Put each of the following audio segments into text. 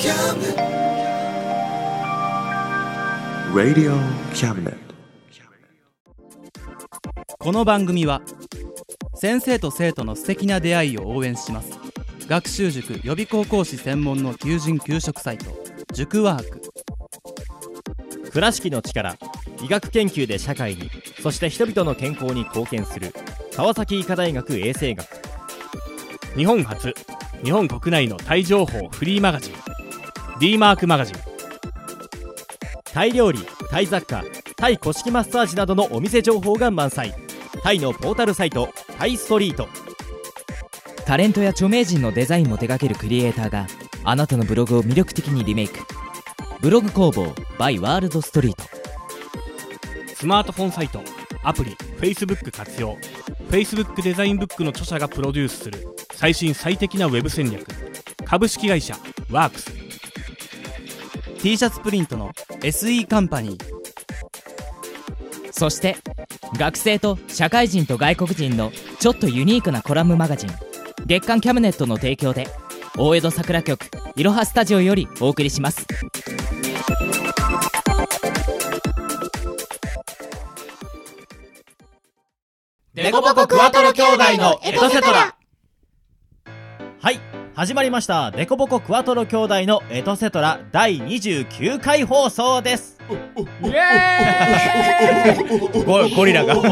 Radio Cabinet。 この番組は先生と生徒の素敵な出会いを応援します。学習塾予備高校師専門の求人・求職サイト塾ワーク。 倉敷の力、医学研究で社会に、そして人々の健康に貢献する川崎医科大学衛生学。 日本初、日本国内のタイ情報フリーマガジン D マークマガジン。 タイ料理、タイ雑貨、タイ古式マッサージなどのお店情報が満載。タイのポータルサイトタイストリート。 タレントや著名人のデザインも手掛けるクリエイターがあなたのブログを魅力的にリメイク。ブログ工房 by ワールドストリート。 スマートフォンサイト、アプリ、Facebook 活用。 Facebook デザインブックの著者がプロデュースする最新最適なウェブ戦略。株式会社ワークス。 T シャツプリントの SE カンパニー。 そして学生と社会人と外国人のちょっとユニークなコラムマガジン月刊キャムネットの提供で大江戸桜局いろはスタジオよりお送りします。 デコボコクワトロ兄弟のエトセトラ。はい、始まりました。デコボコクワトロ兄弟のエトセトラ第29回放送です。 イエーイゴリラが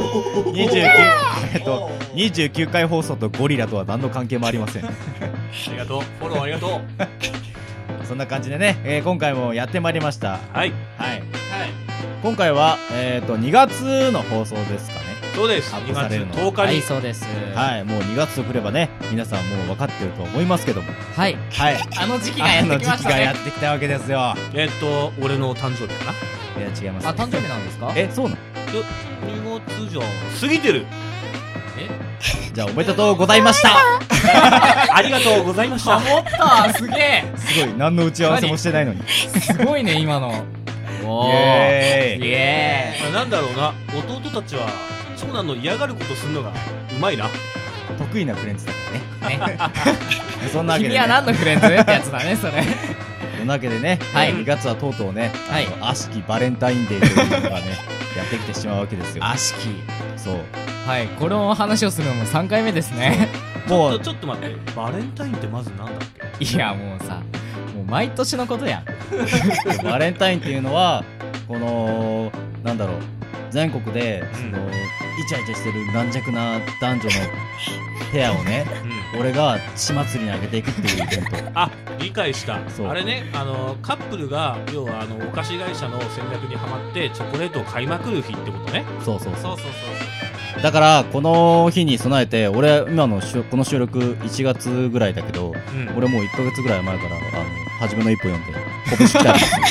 29回放送とゴリラとは何の関係もありません。 ありがとう、フォローありがとう。 そんな感じでね、今回もやってまいりました。 はい、 今回は、2月の放送ですかね。 そうです。2月10日に、 はい、そうです。 はい、もう2月とくればね、皆さんもう分かってると思いますけども、 はい、あの時期がやってきましたね。 あの時期がやってきたわけですよ。 俺の誕生日かな。 いや違います、 あ、誕生日なんですか？ そうなの 2月じゃ過ぎてる。 じゃあおめでとうございました。 ありがとうございました。 ハモった、すげえ。 すごい、何の打ち合わせもしてないのに。 すごいね、今の。おー、 イエーイ。 イエーイ。 なんだろうな、弟たちは長男の嫌がることするのがうまいな。 得意なフレンズだからね。そんなわけで、ね、 君は何のフレンズってやつだね、それ。 そんなわけでね、 はい、 2月はとうとうね、 はい、 悪しきバレンタインデーというのがね、やってきてしまうわけですよ。 悪しき。 そう。 はい、この話をするのも3回目ですね。 もうちょっと待って、バレンタインってまずなんだっけ？ いや、もうさ、もう毎年のことやん。 バレンタインっていうのは、この、なんだろう、全国で、イチャイチャしてる軟弱な男女のペアをね、俺が血祭りにあげていくっていうイベント。 あ、理解した。 そうあれね、カップルが要はお菓子会社の戦略にはまってチョコレートを買いまくる日ってことね。 そう。だからこの日に備えて、俺今のこの収録1月ぐらいだけど、俺もう1ヶ月ぐらい前から初めの一歩読んで拳来たんですよ。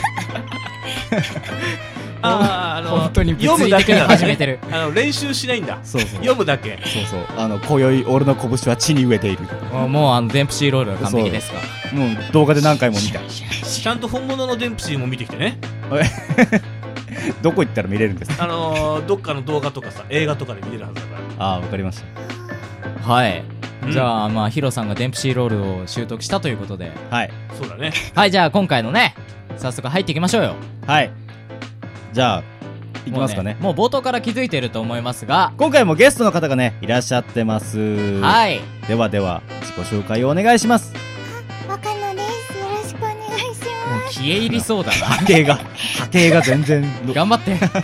本当に物理的に始めてる。 練習しないんだ。 そう読むだけ。 そう今宵俺の拳は地に飢えている。 もうデンプシーロールは完璧ですか？ もう動画で何回も見た。 ちゃんと本物のデンプシーも見てきてね。 どこ行ったら見れるんですか？ どっかの動画とかさ、映画とかで見れるはずだから。 ああ、わかりました。 はい、じゃあヒロさんがデンプシーロールを習得したということで、 はい、 そうだね。 はい、じゃあ今回のね、早速入っていきましょうよ。 はい、じゃあいきますかね。 もう冒頭から気づいていると思いますが、 今回もゲストの方がねいらっしゃってます。 はい、 では自己紹介をお願いします。 若野です。よろしくお願いします。 もう消え入りそうだな。 波形が全然頑張って。 若野です。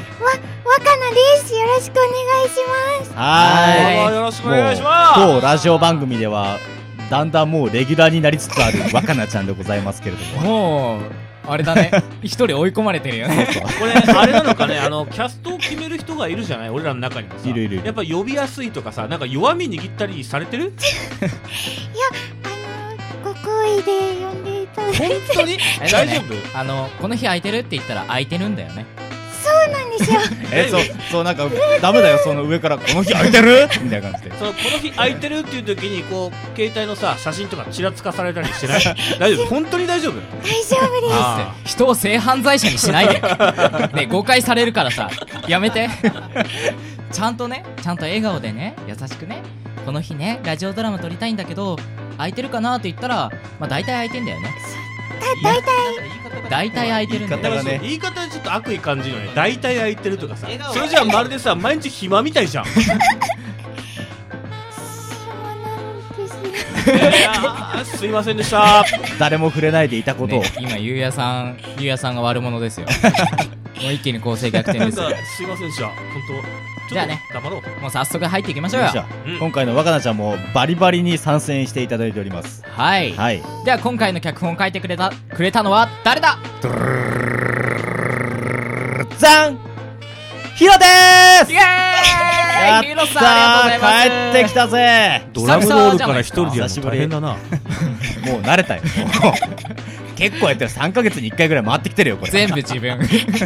よろしくお願いします。 はい、 よろしくお願いします。 当ラジオ番組ではだんだんもうレギュラーになりつつある若菜ちゃんでございますけれども、 もうあれだね、一人追い込まれてるよね。 これあれなのかね、キャストを決める人がいるじゃない、俺らの中にもさ。 いるやっぱ呼びやすいとかさ、なんか弱み握ったりされてる？ いや、ご好意で呼んでいただいて。 本当に大丈夫？ この日空いてるって言ったら空いてるんだよね。 そうなんですよ。 そうなんかダメだよ、その上からこの日空いてるみたいな感じで。 この日空いてるっていう時にこう携帯のさ写真とかちらつかされたりしてない？大丈夫？本当に大丈夫？ 大丈夫です。 人を性犯罪者にしないで。ね、誤解されるからさ、やめて。ちゃんと笑顔でね、優しくね、この日ねラジオドラマ撮りたいんだけど空いてるかなって言ったら、大体空いてんだよね。 た大体空いてるんだよ。 だから言い方ちょっと悪意感じるよね。大体空いてるとかさ、それじゃあまるでさ毎日暇みたいじゃん。いやすいませんでした。 誰も触れないでいたことを、 ね、今ゆうやさんが悪者ですよ。もう一気に構成逆転ですよ。 すいませんでした。本当。 じゃあね、 頑張ろう。 もう早速入っていきましょうよ。 今回の若菜ちゃんもバリバリに参戦していただいております。 はい、はい、では今回の脚本を書いてくれたのは誰だ。 ザンヒロでーす。 イエーイ。ヒロさんありがとうございます。 帰ってきたぜ。 ドラムロールから一人でやるの大変だな。もう慣れたよ。結構やってる。3ヶ月に1回ぐらい回ってきてるよこれ。 全部自分。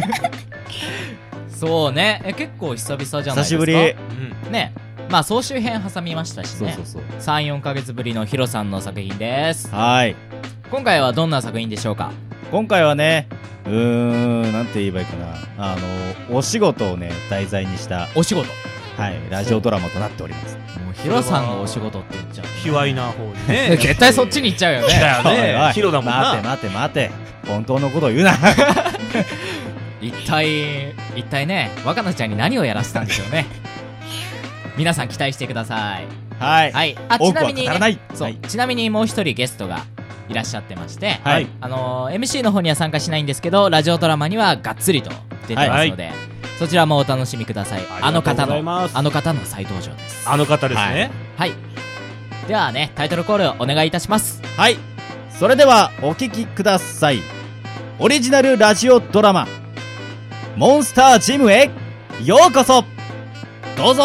そうね、結構久々じゃないですか。 久しぶり、 ね。まあ総集編挟みましたしね。3、4ヶ月ぶりのヒロさんの作品です。 はい。 今回はどんな作品でしょうか。 今回はね、なんて言えばいいかな、お仕事をね題材にしたお仕事、 はい、ラジオドラマとなっております。 もうヒロさんのお仕事って言っちゃう、 卑猥な方にね。 絶対そっちに行っちゃうよね。 だよね。ヒロだもんな。 待て、本当のことを言うな。 一体ね、若菜ちゃんに何をやらせたんでしょうね。皆さん期待してください。 はい、 はい、ちなみに、ちなみにもう一人ゲストがいらっしゃってまして、はい、MC の方には参加しないんですけど、ラジオドラマにはがっつりと出てますので、はい、そちらもお楽しみください。あの方の再登場です。 あの方ですね。 はい、ではね、タイトルコールお願いいたします。 はい、それではお聞きください。オリジナルラジオドラマモンスタージムへようこそ。どうぞ。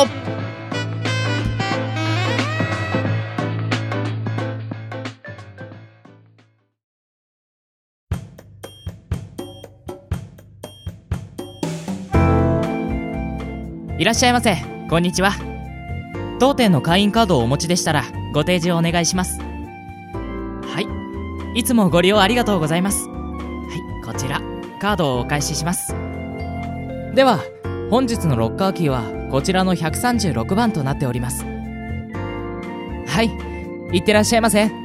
いらっしゃいませ。こんにちは。当店の会員カードをお持ちでしたらご提示をお願いします。はい、いつもご利用ありがとうございます。はい、こちらカードをお返しします。では本日のロッカーキーはこちらの136番となっております。はい、いってらっしゃいませ。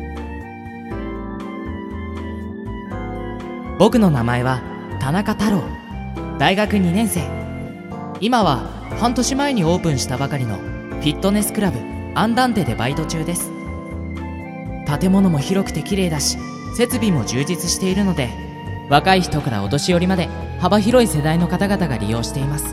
僕の名前は田中太郎、大学2年生。今は半年前にオープンしたばかりのフィットネスクラブアンダンテでバイト中です。建物も広くて綺麗だし、設備も充実しているので、若い人からお年寄りまで幅広い世代の方々が利用しています。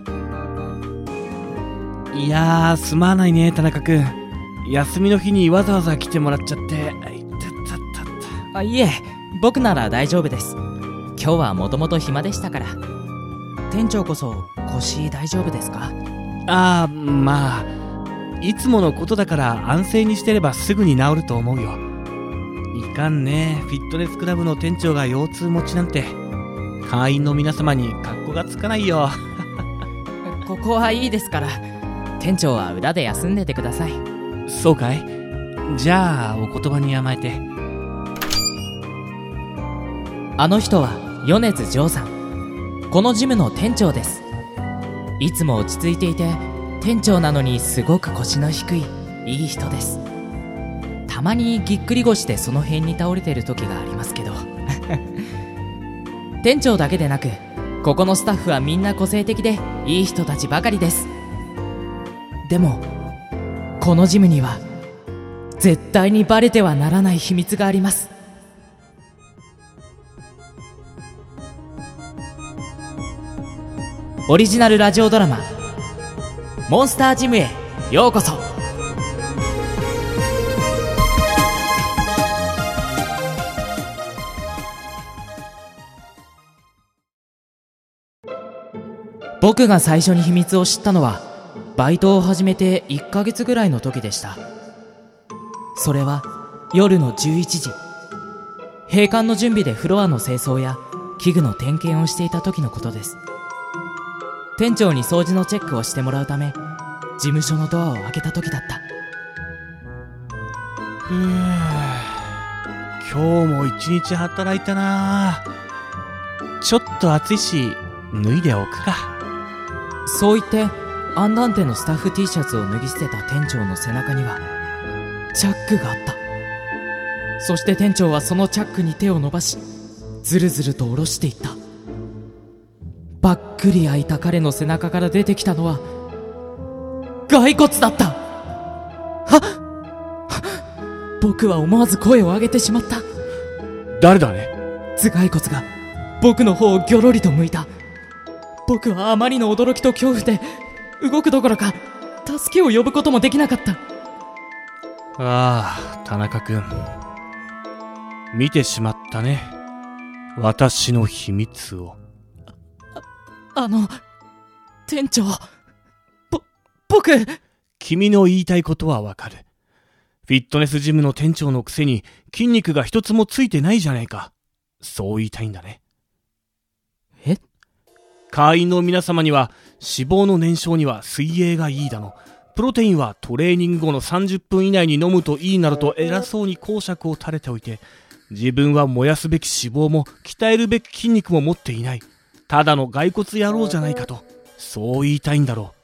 いやー、すまないね田中君。休みの日にわざわざ来てもらっちゃって。 いえ、僕なら大丈夫です。今日はもともと暇でしたから。店長こそ腰大丈夫ですか？ まあいつものことだから安静にしてればすぐに治ると思うよ。いかんね、フィットネスクラブの店長が腰痛持ちなんて会員の皆様に格好がつかないよ。 ここはいいですから、店長は裏で休んでてください。 そうかい？じゃあお言葉に甘えて。 あの人は米津丈さん、このジムの店長です。いつも落ち着いていて、店長なのにすごく腰の低いいい人です。たまにぎっくり腰でその辺に倒れてる時がありますけど。店長だけでなく、ここのスタッフはみんな個性的でいい人たちばかりです。でもこのジムには絶対にバレてはならない秘密があります。オリジナルラジオドラマモンスタージムへようこそ。僕が最初に秘密を知ったのはバイトを始めて1ヶ月ぐらいの時でした。それは夜の11時、閉館の準備でフロアの清掃や器具の点検をしていた時のことです。店長に掃除のチェックをしてもらうため事務所のドアを開けた時だった。 今日も一日働いたな。ちょっと暑いし脱いでおくか。 そう言ってアンダンテのスタッフ T シャツを脱ぎ捨てた店長の背中にはチャックがあった。 そして店長はそのチャックに手を伸ばし、ずるずると下ろしていった。ばっくり開いた彼の背中から出てきたのは骸骨だった。僕は思わず声を上げてしまった。 誰だね。 頭蓋骨が僕の方をぎょろりと向いた。僕はあまりの驚きと恐怖で動くどころか助けを呼ぶこともできなかった。 ああ、田中君、見てしまったね、私の秘密を。 店長、僕。 君の言いたいことはわかる。フィットネスジムの店長のくせに筋肉が一つもついてないじゃないか。そう言いたいんだね。 え？ 会員の皆様には脂肪の燃焼には水泳がいいだの、プロテインはトレーニング後の30分以内に飲むといいなどと偉そうに講釈を垂れておいて、自分は燃やすべき脂肪も鍛えるべき筋肉も持っていない、ただの骸骨野郎じゃないかと、そう言いたいんだろ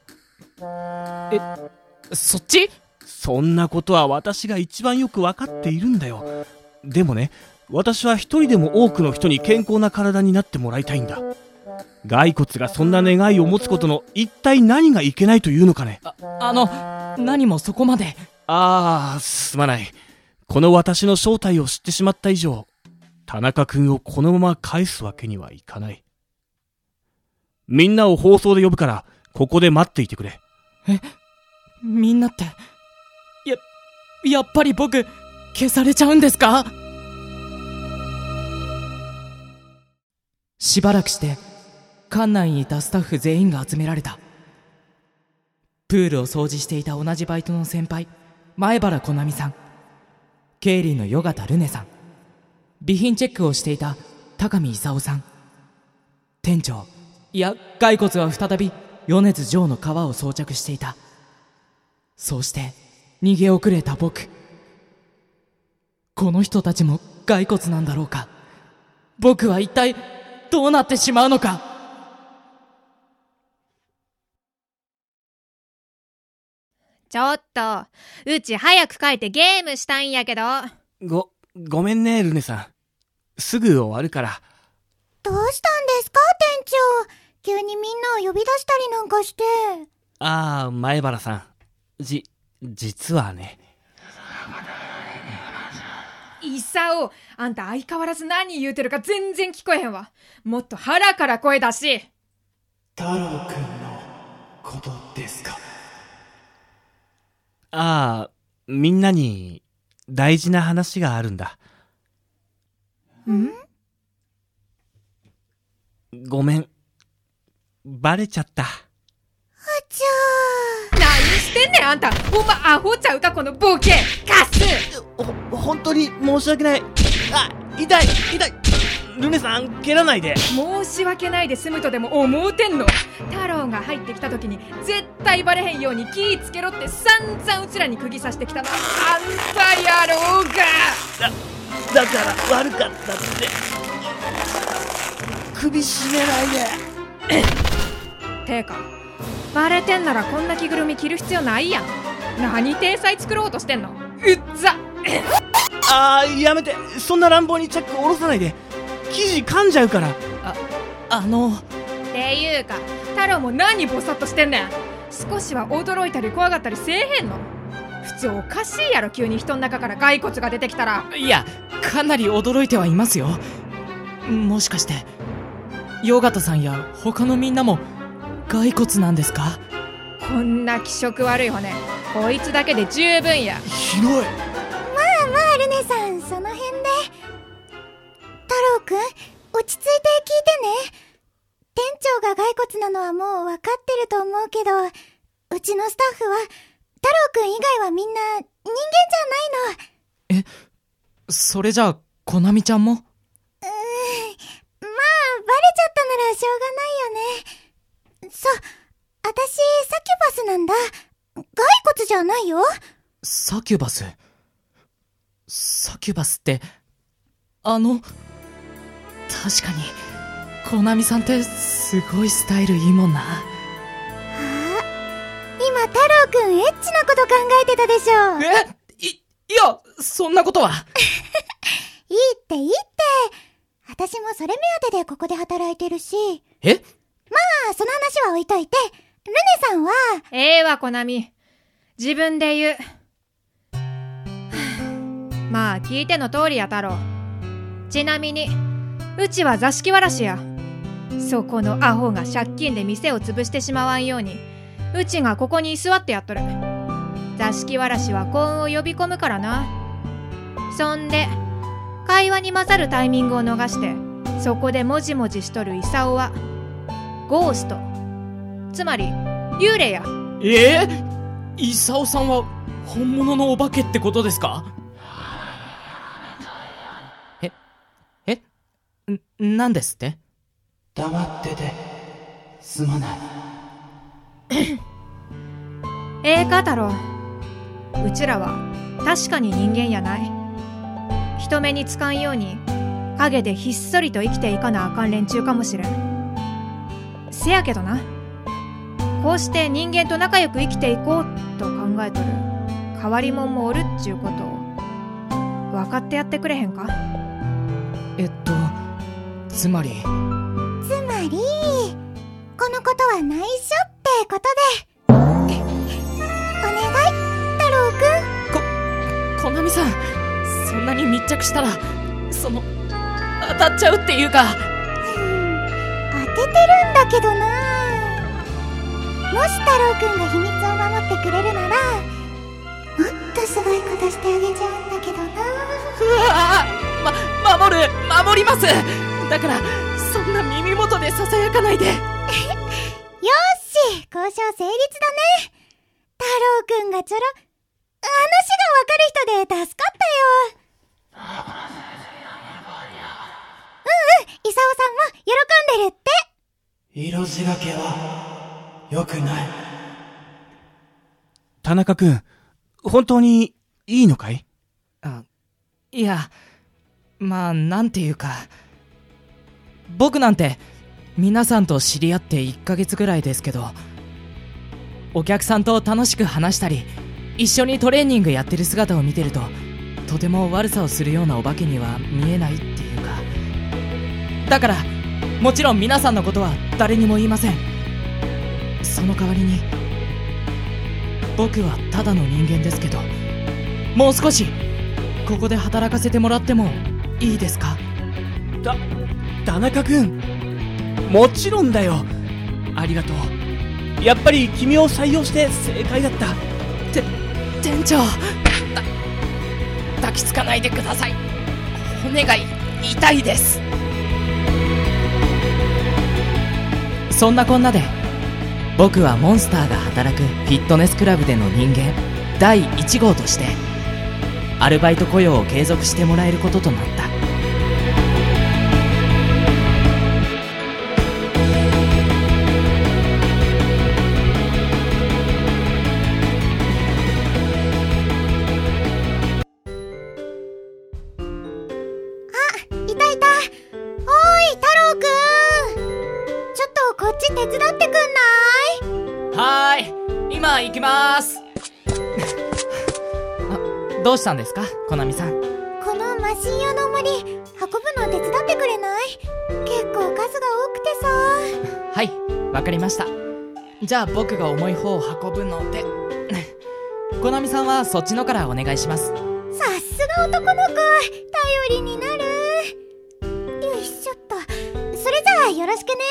う。そっち？ そんなことは私が一番よく分かっているんだよ。でもね、私は一人でも多くの人に健康な体になってもらいたいんだ。骸骨がそんな願いを持つことの一体何がいけないというのかね。 何もそこまで。 すまない。この私の正体を知ってしまった以上、田中君をこのまま返すわけにはいかない。みんなを放送で呼ぶから、ここで待っていてくれ。 みんなって、やっぱり僕、消されちゃうんですか？しばらくして、館内にいたスタッフ全員が集められた。プールを掃除していた同じバイトの先輩、前原小波さん、経理の与方ルネさん、備品チェックをしていた高見勲さん、店長、骸骨は再び米津城の皮を装着していた。そうして逃げ遅れた僕。この人たちも骸骨なんだろうか。僕は一体どうなってしまうのか。 ちょっと、うち早く帰ってゲームしたいんやけど。 ごめんね、ルネさん。すぐ終わるから。 どうしたんですか、店長。急にみんなを呼び出したりなんかして。 前原さん。実はね。 イサオ、あんた相変わらず何言うてるか全然聞こえへんわ。もっと腹から声出し。 太郎くんのことですか？ みんなに大事な話があるんだ。ごめん。バレちゃった。 何してんねんあんた。ほんまアホちゃうかこのボケ。カス。 本当に申し訳ない。痛い。ルネさん、蹴らないで。 申し訳ないで済むとでも思うてんの？太郎が入ってきた時に絶対バレへんように気ぃつけろって散々うちらに釘刺してきたのあんたやろうが。 だから悪かったって。首絞めないで。 てかバレてんならこんな着ぐるみ着る必要ないやん。何体裁作ろうとしてんの？うっざ。 やめて。そんな乱暴にチャック下ろさないで。生地噛んじゃうから。 っていうか太郎も何ボサッとしてんねん。少しは驚いたり怖がったりせえへんの？普通おかしいやろ、急に人の中から骸骨が出てきたら。 いや、かなり驚いてはいますよ。もしかして与方さんや他のみんなも骸骨なんですか？ こんな気色悪い骨、こいつだけで十分や。 ひどい。 まあルネさん、その辺で。太郎くん、落ち着いて聞いてね。店長が骸骨なのはもう分かってると思うけど、うちのスタッフは太郎くん以外はみんな人間じゃないの。 それじゃあコナミちゃんも？ まあバレちゃったならしょうがないよね。そう、私サキュバスなんだ。骸骨じゃないよ。 サキュバスって確かにコナミさんってすごいスタイルいいもんな。 今太郎くんエッチなこと考えてたでしょ。 いやそんなことは。 っていいって。私もそれ目当てでここで働いてるし。 え？ まあ、その話は置いといて、ルネさんは。 ええわ、コナミ。自分で言う。まあ、聞いての通りや太郎。ちなみに、うちは座敷わらしや。そこのアホが借金で店を潰してしまわんように、うちがここに居座ってやっとる。座敷わらしは幸運を呼び込むからな。そんで、会話に混ざるタイミングを逃して、そこでもじもじしとるイサオは、ゴースト。つまり、幽霊や。 イサオさんは本物のお化けってことですか？なんですって？ 黙っててすまない。 ええか太郎。うちらは確かに人間やない。人目につかんように影でひっそりと生きていかなあかん連中かもしれん。せやけどな、こうして人間と仲良く生きていこうと考えとる変わり者もおるっちゅうことを分かってやってくれへんか？ つまりこのことは内緒ってことで。お願い、太郎くん。 コナミさん、そんなに密着したら、当たっちゃうっていうか。 当ててるんだけどな。もし太郎くんが秘密を守ってくれるなら、もっとすごいことしてあげちゃうんだけどな。 守ります。だからそんな耳元でささやかないで。 よし、交渉成立だね。太郎くんが話がわかる人で助かったよ。イサオさんも喜んでるって。 色仕掛けは良くない。 田中くん、本当にいいのかい？ いや、まあなんていうか、僕なんて皆さんと知り合って1ヶ月ぐらいですけど、お客さんと楽しく話したり一緒にトレーニングやってる姿を見てると、とても悪さをするようなお化けには見えないっていうか。だからもちろん皆さんのことは誰にも言いません。その代わりに僕はただの人間ですけど、もう少しここで働かせてもらってもいいですか？ 田中くん、もちろんだよ。ありがとう。やっぱり君を採用して正解だった。 店長、抱きつかないでください。骨が痛いです。そんなこんなで僕はモンスターが働くフィットネスクラブでの人間第1号としてアルバイト雇用を継続してもらえることとなった。 手伝ってくんない？ はーい、今行きまーす。どうしたんですか、コナミさん。 このマシン用の重り運ぶの手伝ってくれない？結構数が多くてさ。 はい、わかりました。じゃあ僕が重い方を運ぶのでコナミさんはそっちのからお願いします。 さすが男の子、頼りになる。よいしょっと。それじゃあよろしくね。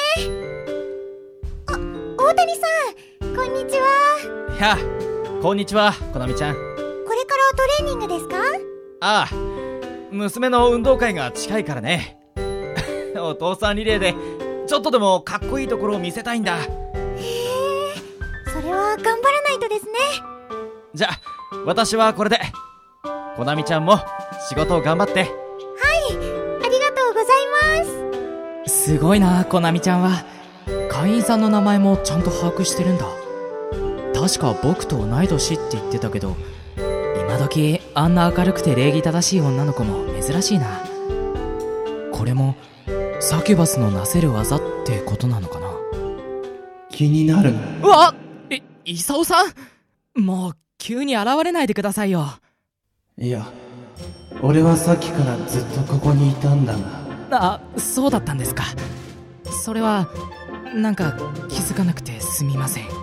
大谷さん、こんにちは。 やあ、こんにちは、コナミちゃん。 これからトレーニングですか？ ああ、娘の運動会が近いからね。お父さんリレーでちょっとでもかっこいいところを見せたいんだ。 へえ、それは頑張らないとですね。 じゃあ私はこれで。コナミちゃんも仕事を頑張って。はい、 ありがとうございます。 すごいな、コナミちゃんは会員さんの名前もちゃんと把握してるんだ。確か僕と同い年って言ってたけど、今時あんな明るくて礼儀正しい女の子も珍しいな。これもサキュバスのなせる技ってことなのかな。 気になる。 うわっ、イサオさん、もう急に現れないでくださいよ。 いや、 俺はさっきからずっとここにいたんだが。 あ、そうだったんですか。それはなんか気づかなくてすみません。 いい。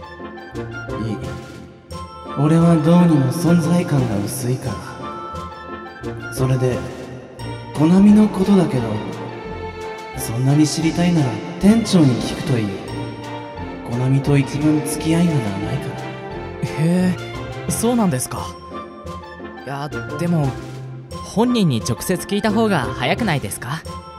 俺はどうにも存在感が薄いから。それでコナミのことだけど、そんなに知りたいなら店長に聞くといい。コナミと一番付き合いが長いから。 へえ、そうなんですか。いや、でも本人に直接聞いた方が早くないですか？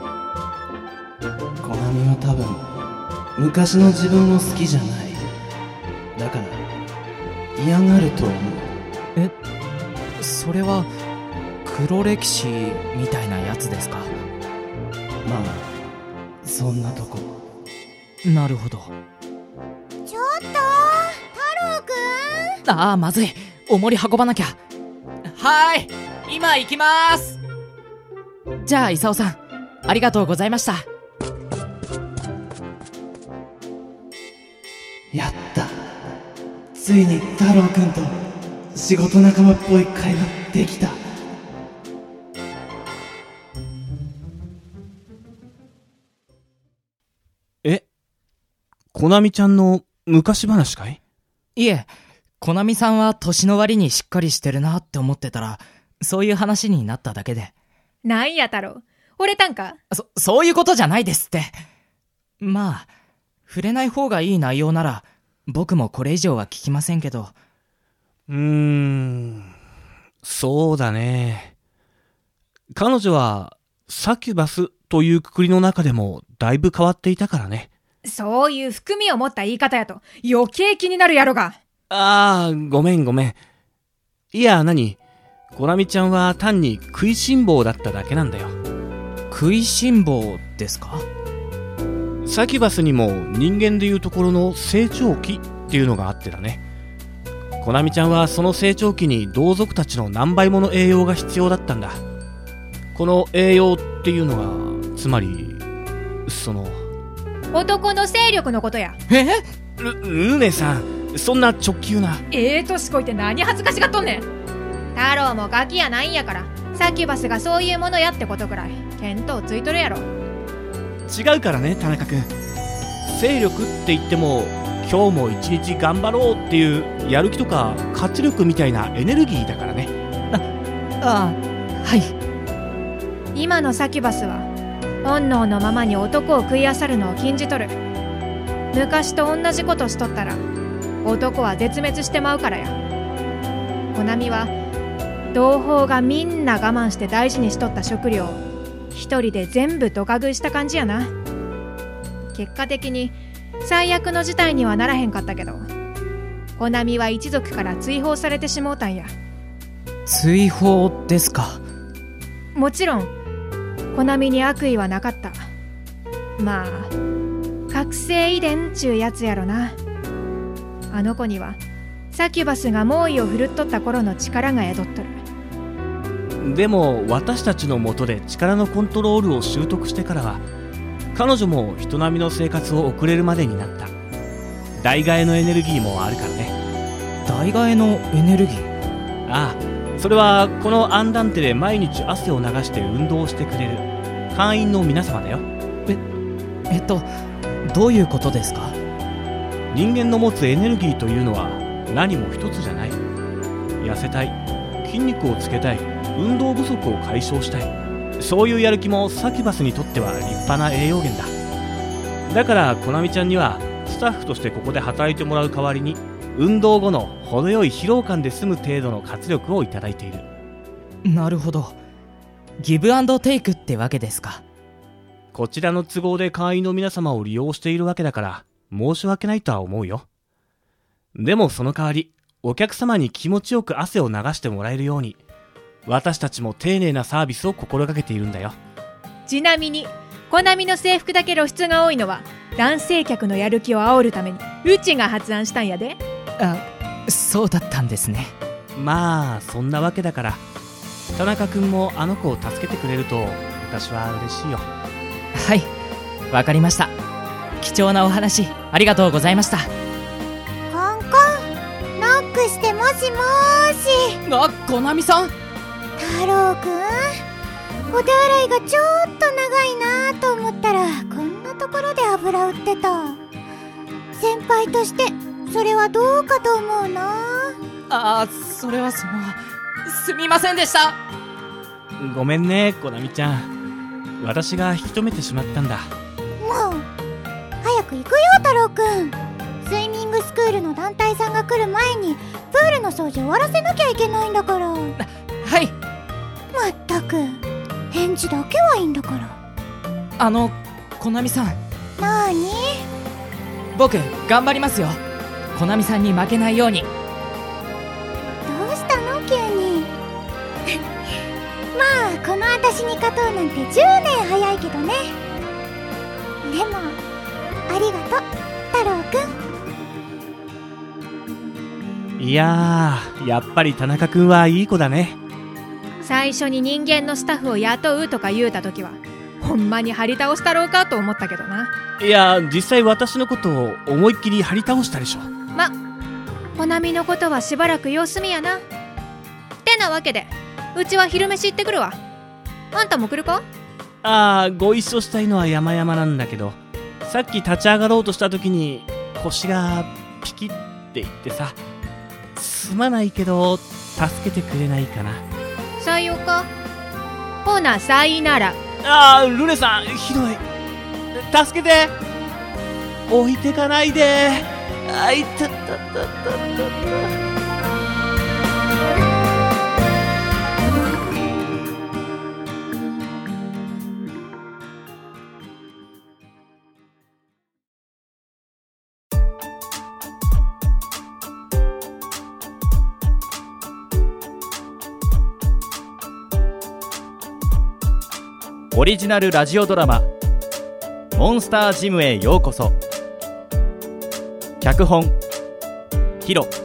コナミは多分昔の自分を好きじゃない。だから嫌がると思う。 それは黒歴史みたいなやつですか？ まあそんなとこ。 なるほど。 ちょっと太郎くん。 ああ、まずい。重り運ばなきゃ。はーい、今行きまーす。じゃあ功さん、ありがとうございました。 やった。ついに太郎くんと仕事仲間っぽい会話できた。 コナミちゃんの昔話かい？ いえ、コナミさんは年の割にしっかりしてるなって思ってたら、そういう話になっただけで。 なんや太郎、惚れたんか？ そういうことじゃないですって。まあ触れない方がいい内容なら僕もこれ以上は聞きませんけど。 そうだね。彼女はサキュバスという括りの中でもだいぶ変わっていたからね。 そういう含みを持った言い方やと余計気になるやろが。 ごめん。いや、コナミちゃんは単に食いしん坊だっただけなんだよ。 食いしん坊ですか？ サキュバスにも人間でいうところの成長期っていうのがあってだね。コナミちゃんはその成長期に同族たちの何倍もの栄養が必要だったんだ。この栄養っていうのが、つまり男の勢力のことや。 ルネさん、そんな直球な。 年こいて何恥ずかしがっとんねん。太郎もガキやないんやから、サキュバスがそういうものやってことくらい見当ついとるやろ。 違うからね、田中君。勢力って言っても、今日も一日頑張ろうっていうやる気とか活力みたいなエネルギーだからね。 はい。 今のサキュバスは本能のままに男を食い漁るのを禁じとる。昔と同じことしとったら男は絶滅してまうからや。コナミは同胞がみんな我慢して大事にしとった食料を一人で全部ドカ食いした感じやな。結果的に最悪の事態にはならへんかったけど、コナミは一族から追放されてしもうたんや。 追放ですか？ もちろんコナミに悪意はなかった。まあ覚醒遺伝ちゅうやつやろな。あの子にはサキュバスが猛威を振るっとった頃の力が宿っとる。 でも私たちの下で力のコントロールを習得してからは、彼女も人並みの生活を送れるまでになった。代替えのエネルギーもあるからね。 代替えのエネルギー？ ああ、それはこのアンダンテで毎日汗を流して運動してくれる会員の皆様だよ。 どういうことですか？ 人間の持つエネルギーというのは何も一つじゃない。痩せたい、筋肉をつけたい、運動不足を解消したい、そういうやる気もサキュバスにとっては立派な栄養源だ。だからコナミちゃんにはスタッフとしてここで働いてもらう代わりに、運動後の程よい疲労感で済む程度の活力をいただいている。 なるほど。ギブアンドテイクってわけですか？ こちらの都合で会員の皆様を利用しているわけだから申し訳ないとは思うよ。でもその代わり、お客様に気持ちよく汗を流してもらえるように、私たちも丁寧なサービスを心がけているんだよ。 ちなみにコナミの制服だけ露出が多いのは男性客のやる気を煽るためにうちが発案したんやで。 そうだったんですね。 まあそんなわけだから、田中君もあの子を助けてくれると私は嬉しいよ。 はい、わかりました。貴重なお話ありがとうございました。 コンコン、ノックしてもしもーし。 コナミさん。 太郎くん、お手洗いがちょっと長いなと思ったらこんなところで油売ってた。先輩としてそれはどうかと思うな。 それはすみませんでした。 ごめんねコナミちゃん、私が引き止めてしまったんだ。 もう早く行くよ太郎くん。スイミングスクールの団体さんが来る前にプールの掃除終わらせなきゃいけないんだから。 はい。 まったく返事だけはいいんだから。 コナミさん。 なーに？ 僕頑張りますよ。コナミさんに負けないように。 どうしたの急にまあこの私に勝とうなんて10年早いけどね。でもありがとう太郎くん。いやー、やっぱり田中くんはいい子だね。 最初に人間のスタッフを雇うとか言うた時はほんまに張り倒したろうかと思ったけどな。 いや、実際私のことを思いっきり張り倒したでしょ。 コナミのことはしばらく様子見やな。ってなわけでうちは昼飯行ってくるわ。あんたも来るか？ ご一緒したいのは山々なんだけど、さっき立ち上がろうとした時に腰がピキっていってさ、すまないけど助けてくれないかな。 採用か。ほなさいなら。 ルネさんひどい。助けて、置いてかないで。いたたたたた。 オリジナルラジオドラマモンスタージムへようこそ。脚本ヒロ。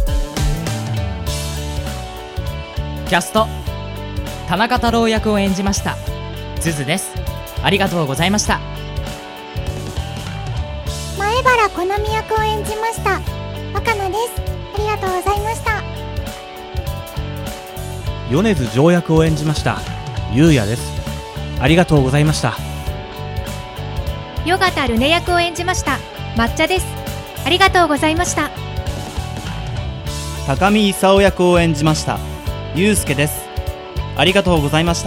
キャスト田中太郎役を演じましたズズです。ありがとうございました。 前原好み役を演じました若菜です。ありがとうございました。 米津城役を演じましたゆうやです。ありがとうございました。 よがたるね役を演じました抹茶です。ありがとうございました。 高見勲役を演じましたゆうすけです。ありがとうございました。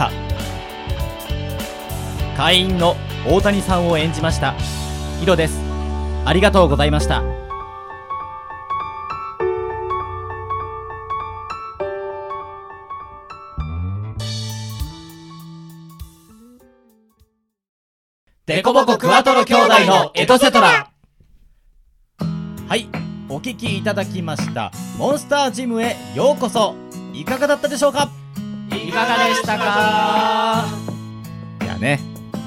会員の大谷さんを演じましたヒロです。ありがとうございました。 デコボコクワトロ兄弟のエトセトラ。 はい、お聞きいただきましたモンスタージムへようこそ。いかがだったでしょうか？ いかがでしたか？ いやね、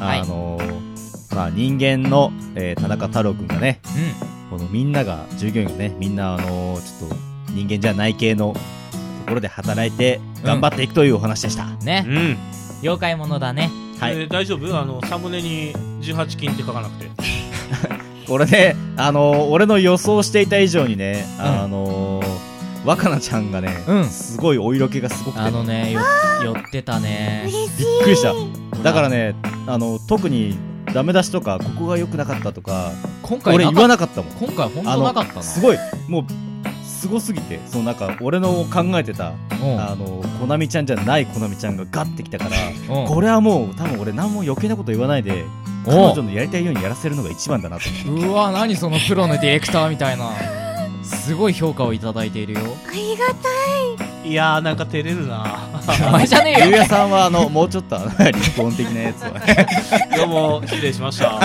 人間の、田中太郎くんがね、このみんなが従業員がねみんなちょっと人間じゃない系のところで働いて頑張っていくというお話でした、 ね、妖怪ものだね。 はい、大丈夫？サムネに18金って書かなくてこれね、俺の予想していた以上にね、若菜ちゃんがね、すごいお色気がすごくてね、寄ってたね。 びっくりした。だからね、特にダメ出しとかここが良くなかったとか今回俺言わなかったもん。 今回ほんとなかったな。 すごいもうすごすぎて、そのなんか俺の考えてたコナミちゃんじゃないコナミちゃんがガッてきたから、これはもう多分俺何も余計なこと言わないで彼女のやりたいようにやらせるのが一番だなと思って。 うわ、何そのプロのディレクターみたいなすごい評価をいただいているよ。 ありがたい。 いやー、なんか照れるなお前じゃねえよ。 ゆうやさんはもうちょっとリコン的なやつはねどうも失礼しました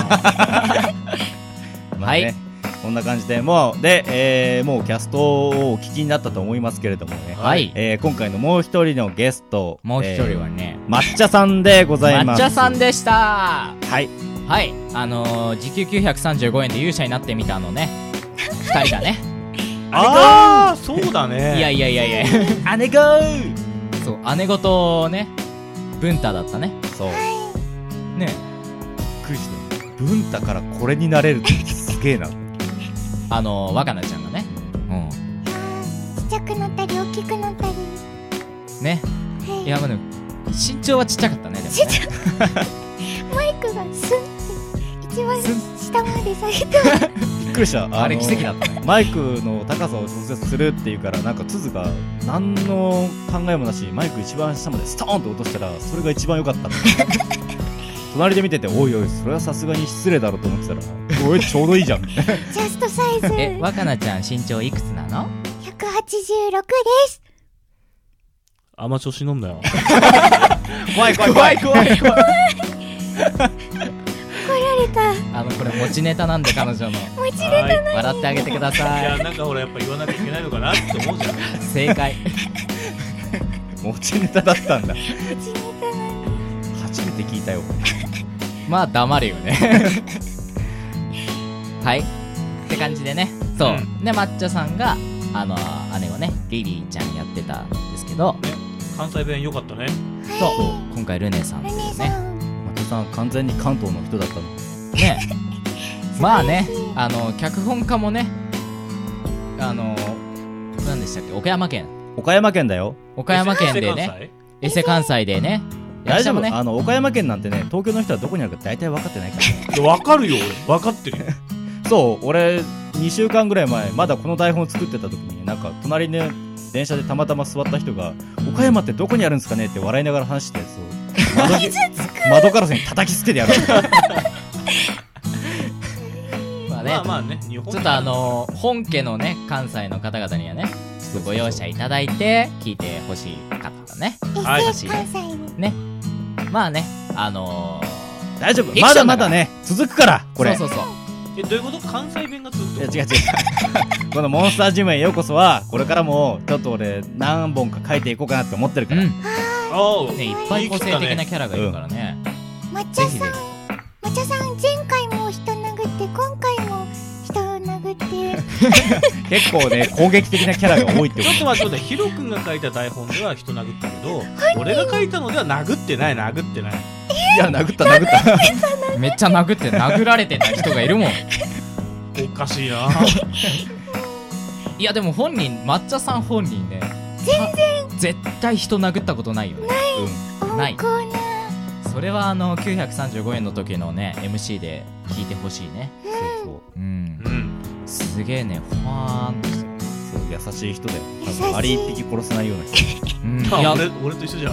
まあね、こんな感じでもうキャストをお聞きになったと思いますけれどもね、 はい、 今回のもう一人のゲスト、 もう一人はね、 抹茶さんでございます。 抹茶さんでした。 はいはい、時給935円で勇者になってみた2人がねああ、そうだね。 いや姉子そう、姉子とね文太だったね。 そうね、びっくりした。文太からこれになれるってすげえな若菜ちゃんがね、 ちっちゃくなったり大きくなったりね、 いやまあでも身長はちっちゃかったね。でもねマイクがスンって一番下まで下げてびっくりした。 あれ奇跡だったね。 マイクの高さを調節するっていうから、なんか鈴が何の考えもなしマイク一番下までストーンと落としたら、それが一番良かった。隣で見てて、おいおいそれはさすがに失礼だろうと思ってたら、おいちょうどいいじゃん。 ジャストサイズ。 若菜ちゃん身長いくつなの 186です。 あんま調子乗んなよ。 怖い怖い怖い怖い怖い。 怒られた。 これ持ちネタなんで、彼女の持ちネタなの。 笑ってあげてくださいやなんかほらやっぱ言わなきゃいけないのかなって思うじゃん。 正解。 持ちネタだったんだ。 持ちネタなの。 初めて聞いたよ。 まあ黙るよね。はいって感じでね。そう、で抹茶さんが姉をねリリーちゃんやってたんですけど、 関西弁良かったね。 そう今回ルネさんっていうね。 松田さん完全に関東の人だったのね。まあね、脚本家もね、何でしたっけ、岡山県だよ。岡山県でね、エセ関西でね、 大丈夫ね。 岡山県なんてね、東京の人はどこにあるか大体分かってないからね。 分かるよ俺、分かってるよ。 そう俺2週間ぐらい前、まだこの台本作ってた時に、なんか隣にね電車でたまたま座った人が、岡山ってどこにあるんですかねって笑いながら話してたやつを窓ガラスに叩きつけてやる。 まあね、 まあね、日本ちょっと本家のね関西の方々にはね、ちょっとご容赦いただいて聞いてほしかったね。 はい、関西ね。まあね、 大丈夫、まだまだね続くからこれ。 そうそうそう。 どういうこと？関西弁が続くと？ 違うこのモンスタージムへようこそは、これからもちょっと俺何本か書いていこうかなって思ってるから、 ね、いっぱい個性的なキャラがいるからね。 抹茶さん前回も人殴って今回も人殴って結構ね攻撃的なキャラが多いってちょっと待って、ヒロ君が書いた台本では人殴ったけど、俺が書いたのでは殴ってない。 いや殴っためっちゃ殴って殴られてた人がいるもん。 おかしいな。 いやでも抹茶さん本人ね、 全然絶対人殴ったことないよね。ない。それは935円の時のね MC で聞いてほしいね。すげえね、ファーンとして、 優しい人で、多分アリ一匹殺せないような人。 いや俺と一緒じゃん。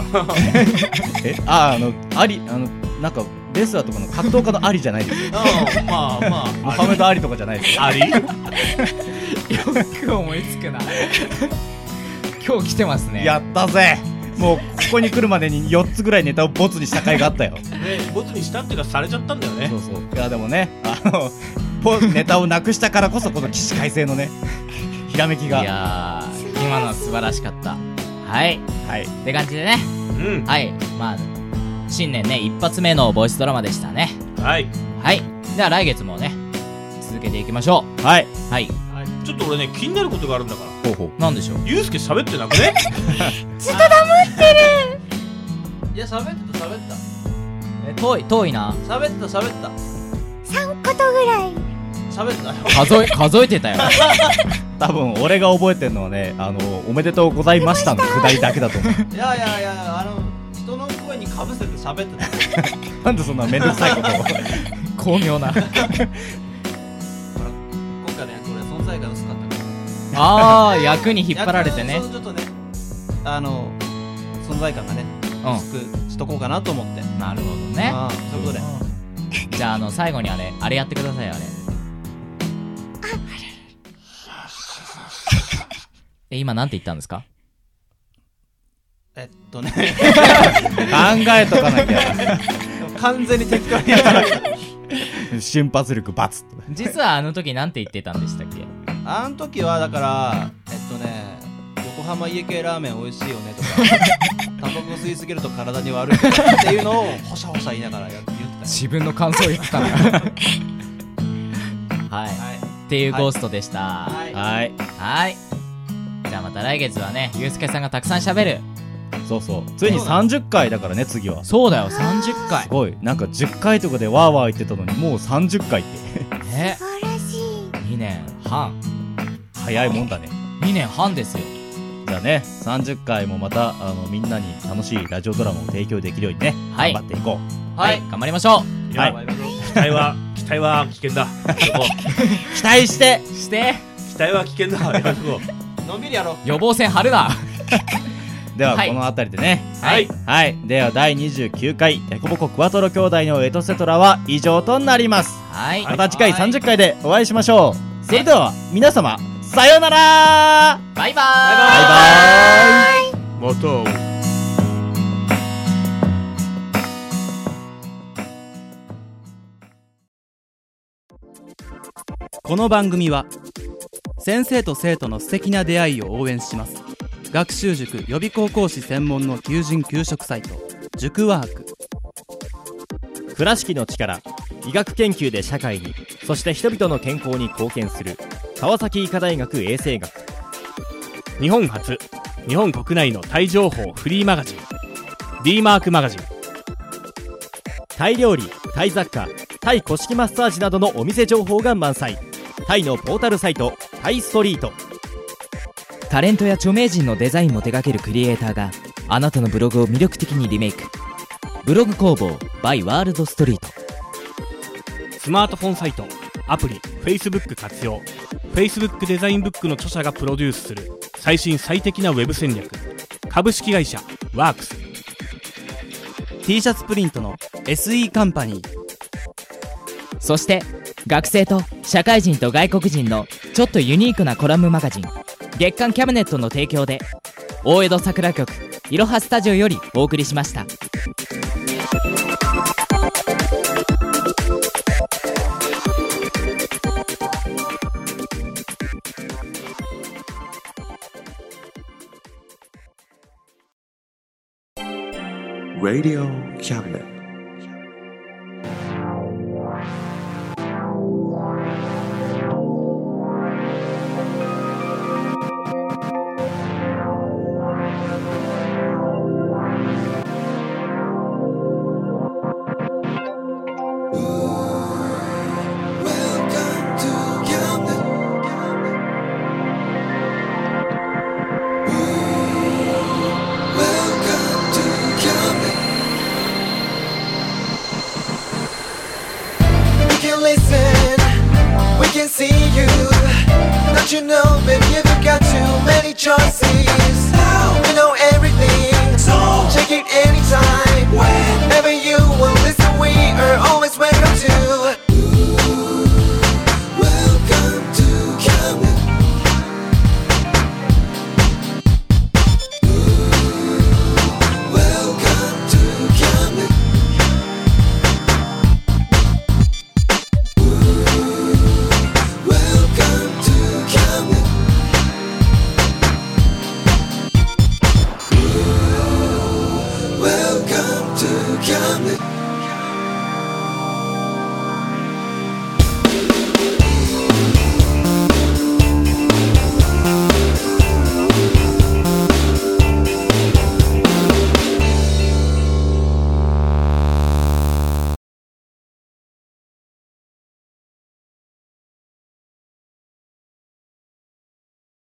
アリなんかレスラーとかの格闘家のアリじゃないですよ。 まあモハメドアリとかじゃないですよ。 アリ？ よく思いつくな。今日来てますね。 やったぜ。もうここに来るまでに4つぐらいネタをボツにした回があったよ。 ボツにしたっていうかされちゃったんだよね。 そうそう。いやでもね、ネタをなくしたからこそこの起死回生のねひらめきが。 いやー今のは素晴らしかった。はいって感じでね、はい、まあ新年ね一発目のボイスドラマでしたね。はい。では来月もね続けていきましょう。はい。 ちょっと俺ね気になることがあるんだから。 なんでしょう。 ゆうすけ喋ってなくね？ ずっと黙ってる。 いや喋った遠いな。 喋った 3ことぐらい喋ったよ。 数えてたよ。 多分俺が覚えてるのはね、おめでとうございましたのくだりだけだと思う。 いや人の声にかぶせて喋ってた。 なんでそんなめんどくさいことを。 巧妙な。 今回の役俺存在感薄かったから。 ああ、役に引っ張られてね。 ちょっとね、存在感がね薄くしとこうかなと思って。 なるほどね。 そういうことで。 じゃあ最後にあれやってください。今なんて言ったんですか？ 考えとかなきゃ。 完全に適当にやったら瞬発力バツッと。 実はあの時なんて言ってたんでしたっけ？ あの時はだから横浜家系ラーメン美味しいよねとかタバコ吸いすぎると体に悪いっていうのをほしゃほしゃ言いながら言ってた。 自分の感想を言ってたんだ。はい、っていうゴーストでした。はい。じゃあまた来月はね、ゆうすけさんがたくさん喋る。 そうそう。ついに30回だからね、次は。 そうだよ、30回。 すごい。なんか10回とかでワーワー言ってたのに、もう30回って。 ね。 素晴らしい。 2年半。 早いもんだね。 2年半ですよ。 じゃあね30回もまたみんなに楽しいラジオドラマを提供できるようにね、 はい頑張っていこう。 はい、頑張りましょう。 はい、 期待は危険だ。 期待して期待は危険だ。やめとこう。 のんびりやろう。 予防線張るな。 では、 はいこの辺りでね、 はいはいでは第29回デコボコクワトロ兄弟のエトセトラは以上となります。 はい、 また次回30回でお会いしましょう。それでは皆様さようなら。 バイバーイ。 また。 この番組は先生と生徒の素敵な出会いを応援します。学習塾予備高校師専門の求人・求職サイト塾ワーク。 倉敷の力、医学研究で社会に、そして人々の健康に貢献する川崎医科大学衛生学。 日本初、日本国内のタイ情報フリーマガジン D マークマガジン。 タイ料理、タイ雑貨、タイ古式マッサージなどのお店情報が満載。タイのポータルサイトタイストリート。 タレントや著名人のデザインも手掛けるクリエイターがあなたのブログを魅力的にリメイク。ブログ工房 by ワールドストリート。 スマートフォンサイト、アプリ、Facebook 活用。Facebook デザインブックの著者がプロデュースする最新最適なウェブ戦略。株式会社ワークス。 T シャツプリントの SE カンパニー。 そして学生と社会人と外国人のちょっとユニークなコラムマガジン月刊キャムネットの提供で大江戸桜局いろはスタジオよりお送りしました。 Radio Cabinet. Listen, we can see you. Don't you know